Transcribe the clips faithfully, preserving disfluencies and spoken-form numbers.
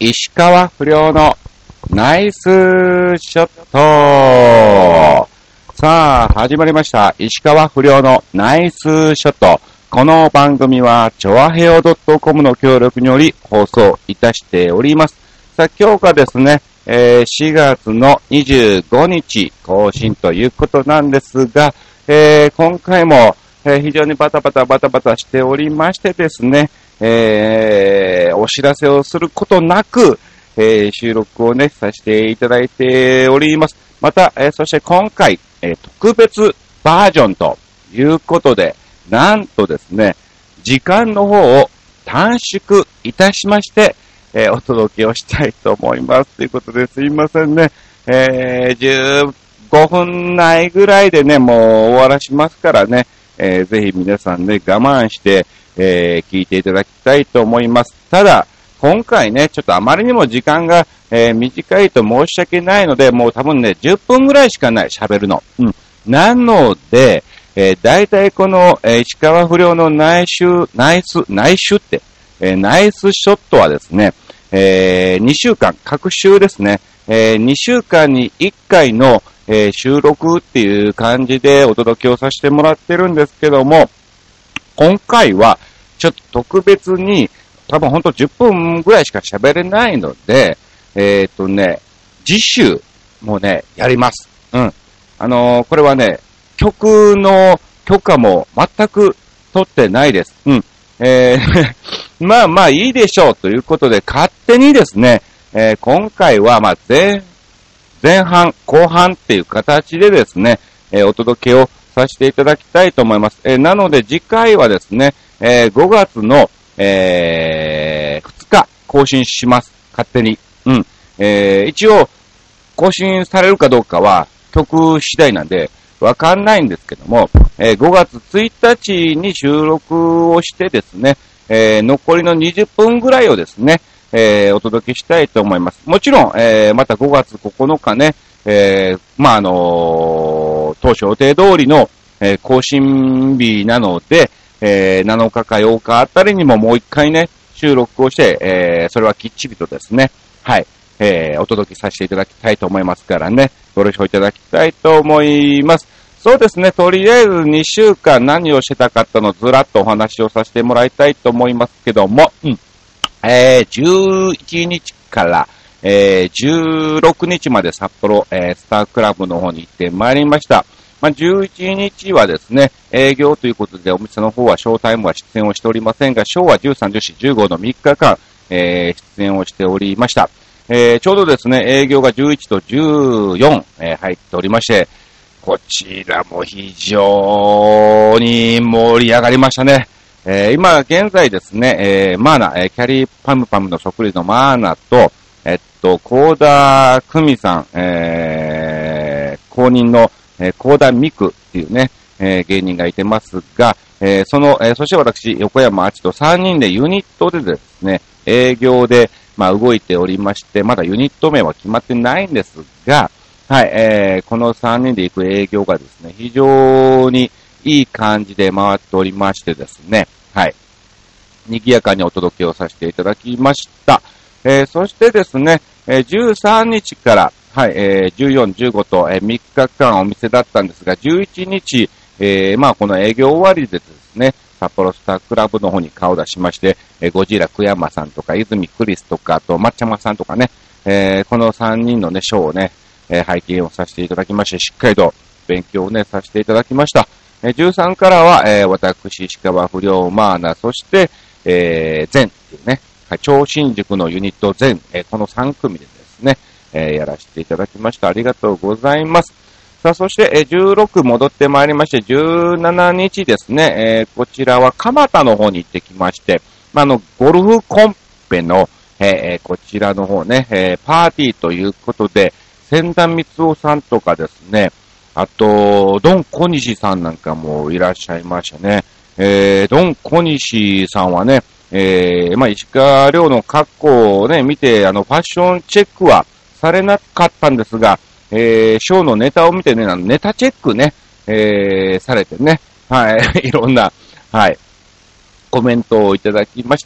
石川不良のナイスショット。さあ、始まりました。石川不良のナイスショット。この番組は、チョアヘオ .com の協力により放送いたしております。さあ、今日がですね、えー、しがつのにじゅうごにち更新ということなんですが、えー、今回も、えー、非常にバタバタバタバタしておりましてですね、えー、お知らせをすることなく、えー、収録をね、させていただいております。また、えー、そして今回、えー、特別バージョンということで、なんとですね、時間の方を短縮いたしまして、えー、お届けをしたいと思います。ということですいませんね。えー、じゅうごふんないぐらいでね、もう終わらしますからね、えー、ぜひ皆さんね、我慢して、えー、聞いていただきたいと思います。ただ、今回ね、ちょっとあまりにも時間が、えー、短いと申し訳ないので、もう多分ね、じゅっぷんぐらいしかない、喋るの。うん。なので、えー、大体この、えー、石川不良の内周、ナイス、内周って、えー、ナイスショットはですね、えー、にしゅうかん、各週ですね、えー、にしゅうかんにいっかいの、えー、収録っていう感じでお届けをさせてもらってるんですけども、今回はちょっと特別に、多分ほんとじゅっぷんぐらいしか喋れないので、えっとね、次週もね、やります。うん。あのー、これはね、曲の許可も全く取ってないです。うん。えー、まあまあいいでしょうということで、勝手にですね、えー、今回はまあ前、前半、後半っていう形でですね、えー、お届けをさせていただきたいと思います。えー、なので次回はですね、えー、ごがつの、えー、ふつか更新します。勝手に。うん。えー、一応、更新されるかどうかは曲次第なんで、わかんないんですけども、えー、ごがつついたちに収録をしてですね、えー、残りのにじゅっぷんぐらいをですね、えー、お届けしたいと思います。もちろん、えー、またごがつここのかね、えー、まあ、あのー、当初予定通りの、えー、更新日なので、えー、なのかかようかあたりにももう一回ね、収録をして、えー、それはきっちりとですね、はい、えー、お届けさせていただきたいと思いますからね、ご了承いただきたいと思います。そうですね、とりあえずにしゅうかん何をしてたかったのをずらっとお話をさせてもらいたいと思いますけども、うん。えー、じゅういちにちから、えー、じゅうろくにちまで札幌、えー、スタークラブの方に行ってまいりました。まあ、じゅういちにちはですね、営業ということでお店の方はショータイムは出演をしておりませんが、ショーはじゅうさん、じゅうよん、じゅうごのみっかかん、えー、出演をしておりました。えー、ちょうどですね、営業がじゅういちとじゅうよん、えー、入っておりまして、こちらも非常に盛り上がりましたね。えー、今現在ですね、えー、マーナ、えー、キャリーパムパムのそっくりのマーナと、えっと、コーダクミさん、えー、公認の、えー、コーダミクっていうね、えー、芸人がいてますが、えー、その、えー、そして私、横山あちとさんにんでユニットでですね、営業で、まあ、動いておりまして、まだユニット名は決まってないんですが、はい、えー、このさんにんで行く営業がですね、非常にいい感じで回っておりましてですね、はい、賑やかにお届けをさせていただきました。えー、そしてですね、えー、じゅうさんにちから、はい、えー、じゅうよん、じゅうごと、えー、みっかかんお店だったんですが、じゅういちにち、えー、まあ、この営業終わりでですね、札幌スタークラブの方に顔を出しまして、えー、ゴジラ久山さんとか、泉クリスとか、あと、抹茶まさんとかね、えー、このさんにんのね、ショーをね、えー、拝見をさせていただきまして、しっかりと勉強をね、させていただきました。えー、じゅうさんからは、えー、私、石川不良マーナ、そして、えー、ゼンっていうね、超新塾のユニットゼン、えー、このさんくみでですね、えー、やらせていただきました。ありがとうございます。さあ、そして、えー、じゅうろく戻ってまいりまして、じゅうしちにちですね、えー、こちらは蒲田の方に行ってきまして、まあ、あの、ゴルフコンペの、えー、こちらの方ね、えー、パーティーということで、千田光夫さんとかですね、あと、ドン小西さんなんかもいらっしゃいましたね。えー、ドン小西さんはね、えー、まあ、石川遼の格好をね、見て、あの、ファッションチェックはされなかったんですが、えー、ショーのネタを見てね、ネタチェックね、えー、されてね、はい、いろんな、はい、コメントをいただきました。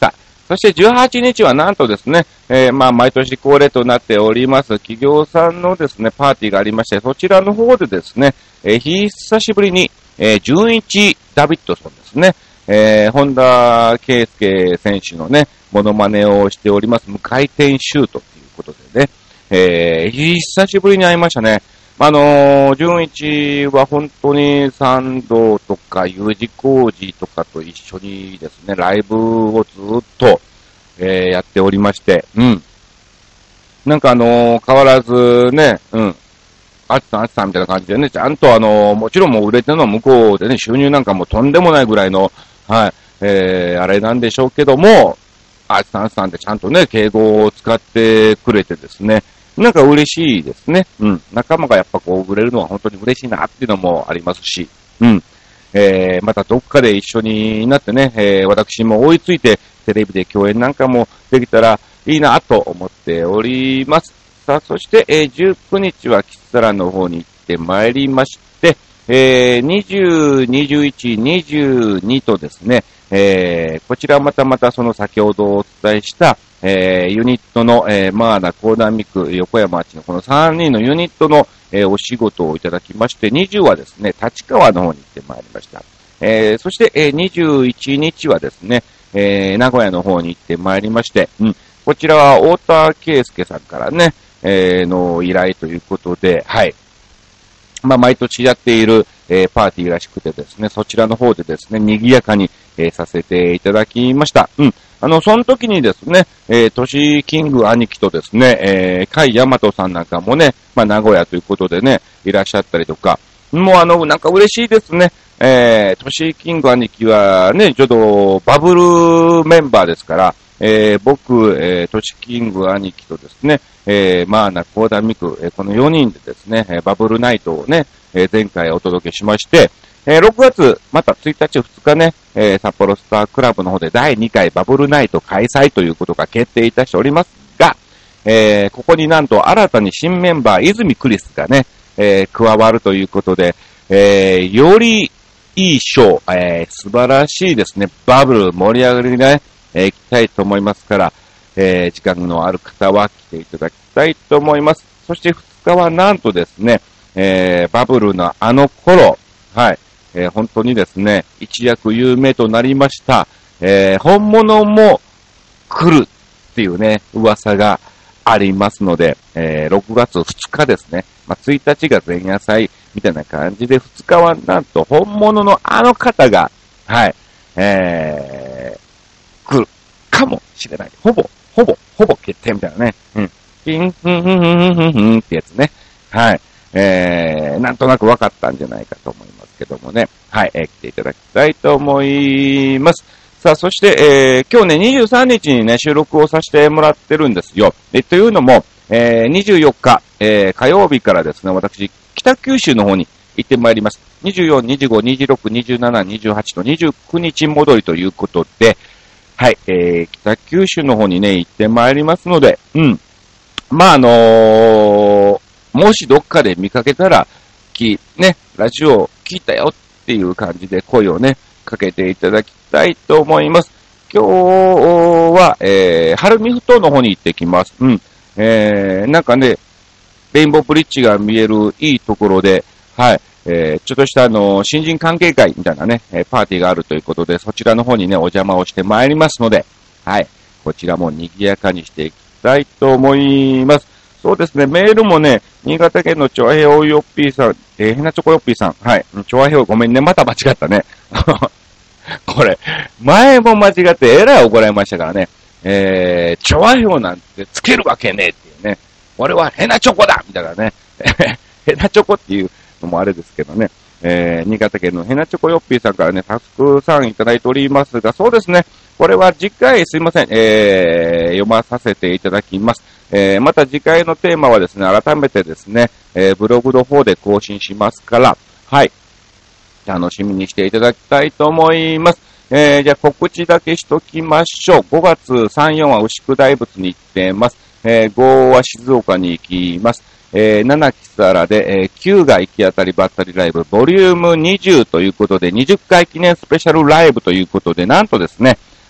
そしてじゅうはちにちはなんとですね、えー、まあ、毎年恒例となっております、企業さんのですね、パーティーがありまして、そちらの方でですね、えー、久しぶりに、えー、純一ダビッドソンですね、えー、本田圭佑選手のね、モノマネをしております、無回転シュートということでね、えー、久しぶりに会いましたね。あのー、純一は本当にサンドとか U 字工事とかと一緒にですね、ライブをずっと、えー、やっておりまして、うん。なんかあのー、変わらずね、うん。あつさんあつさんみたいな感じでね、ちゃんとあのー、もちろんもう売れてるのは向こうでね、収入なんかもとんでもないぐらいの、はい、えー、あれなんでしょうけども、あつさんあつさんってちゃんとね、敬語を使ってくれてですね、なんか嬉しいですね。うん。仲間がやっぱこう売れるのは本当に嬉しいなっていうのもありますし、うん。えー、またどっかで一緒になってね、えー、私も追いついてテレビで共演なんかもできたらいいなと思っております。さあ、そして、えー、じゅうくにちはキッサラの方に行ってまいりまして、えー、にじゅう、にじゅういち、にじゅうにとですね、えー、こちらまたまたその先ほどお伝えした、えー、ユニットの、えー、マーナ、コーダミク、横山町のこのさんにんのユニットの、えー、お仕事をいただきまして、にじゅうはですね、立川の方に行ってまいりました。えー、そして、えー、にじゅういちにちはですね、えー、名古屋の方に行ってまいりまして、うん、こちらは太田圭介さんからね、えー、の依頼ということで、はい。まあ、毎年やっている、えー、パーティーらしくてですね、そちらの方でですね、賑やかに、えー、させていただきました。うん。あの、その時にですね、えー、都市キング兄貴とですね、えー、海大和さんなんかもね、まあ、名古屋ということでね、いらっしゃったりとか、もうあの、なんか嬉しいですね。えー、都市キング兄貴はね、ちょっとバブルメンバーですから、えー、僕、えー、都市キング兄貴とですね、えー、マーナ、コーダミク、えー、このよにんでですね、バブルナイトをね、えー、前回お届けしまして、えー、ろくがつ、またついたち、ふつかね、えー、札幌スタークラブの方でだいにかいバブルナイト開催ということが決定いたしておりますが、えー、ここになんと新たに新メンバー、泉クリスがね、えー、加わるということで、えー、よりいいショー、えー、素晴らしいですね、バブル盛り上がりにね、えー、行きたいと思いますから、えー、時間のある方は来ていただきたいと思います。そしてふつかはなんとですね、えー、バブルのあの頃、はい、えー、本当にですね、一躍有名となりました、えー、本物も来るっていうね、噂がありますので、えー、ろくがつふつかですね、まあ、ついたちが前夜祭みたいな感じで、ふつかはなんと本物のあの方が、はい、えー、来るかもしれない。ほぼ、ほぼ、ほぼ決定みたいなね。うん。ピン、ふんふんふんふんふんふんってやつね。はい。えー、なんとなく分かったんじゃないかと思いますけどもね。はい、えー、来ていただきたいと思います。さあ、そして、えー、今日ね、にじゅうさんにちにね、収録をさせてもらってるんですよ。え、というのも、えー、にじゅうよっか、えー、火曜日からですね、私、北九州の方に行ってまいります。にじゅうよん、にじゅうご、にじゅうろく、にじゅうなな、にじゅうはちとにじゅうくにち戻りということで、はい、えー、北九州の方にね、行ってまいりますので、うん。まあ、あのー、もしどっかで見かけたら、き、ね、ラジオ聞いたよっていう感じで声をね、かけていただきたいと思います。今日は、えー、晴海ふ頭の方に行ってきます。うん。えー、なんかね、レインボーブリッジが見えるいいところで、はい、えー、ちょっとしたあの、新人関係会みたいなね、パーティーがあるということで、そちらの方にね、お邪魔をしてまいりますので、はい、こちらも賑やかにしていきたいと思います。そうですね、メールもね、新潟県のチョアヘオヨッピーさん、えー、ヘナチョコヨッピーさん、はい、チョアヘオごめんね、また間違ったね。これ、前も間違ってえらい怒られましたからね、えー、チョアヘオなんてつけるわけねえっていうね、俺はヘナチョコだみたいなね、ヘナチョコっていうのもあれですけどね、えー、新潟県のヘナチョコヨッピーさんからね、たくさんいただいておりますが、そうですね、これは次回すいません、えー、読まさせていただきます。えー、また次回のテーマはですね、改めてですね、えー、ブログの方で更新しますから、はい、楽しみにしていただきたいと思います。えー、じゃあ告知だけしときましょう。ごがつさん、よんは牛久大仏に行ってます。えー、ごは静岡に行きます。えー、ななキサラで、えー、きゅうが行き当たりばったりライブ、ボリュームにじゅうということで、にじゅっかい記念スペシャルライブということで、なんとですね、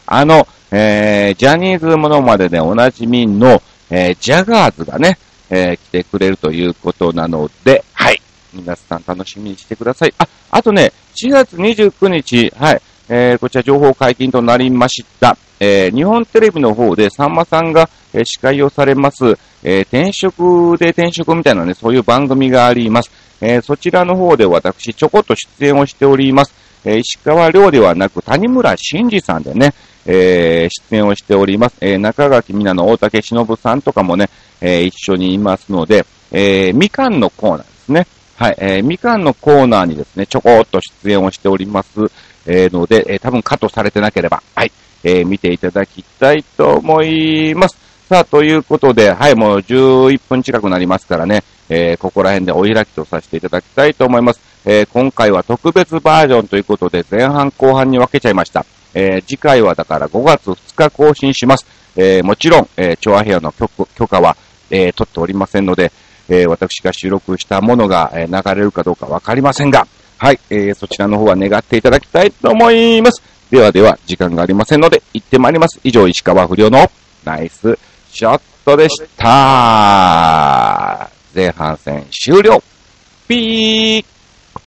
あの、えー、ジャニーズものまででおなじみの、えー、ジャガーズがね、えー、来てくれるということなので、はい。皆さん楽しみにしてください。あ、あとね、しがつにじゅうくにち、はい。えー、こちら情報解禁となりました。えー、日本テレビの方でさんまさんが、えー、司会をされます、えー、転職で転職みたいなね、そういう番組があります。えー、そちらの方で私ちょこっと出演をしております。えー、石川亮ではなく谷村新司さんでね、えー、出演をしております。えー、中垣みなの大竹しのぶさんとかもね、えー、一緒にいますので、えー、みかんのコーナーですね。はい、えー、みかんのコーナーにですね、ちょこっと出演をしております。えー、ので、えー、多分カットされてなければ、はい、えー、見ていただきたいと思います。さあ、ということで、はい、もうじゅういっぷん近くなりますからね、えー、ここら辺でお開きとさせていただきたいと思います。えー、今回は特別バージョンということで、前半後半に分けちゃいました。えー、次回はだからごがつふつか更新します。えー、もちろん、えー、チョアヘアの許許可は、えー、取っておりませんので、えー、私が収録したものが、えー、流れるかどうかわかりませんが、はい、えー、そちらの方は願っていただきたいと思います。ではでは、時間がありませんので、行ってまいります。以上、石川不良のナイスショットでした。前半戦終了。ピー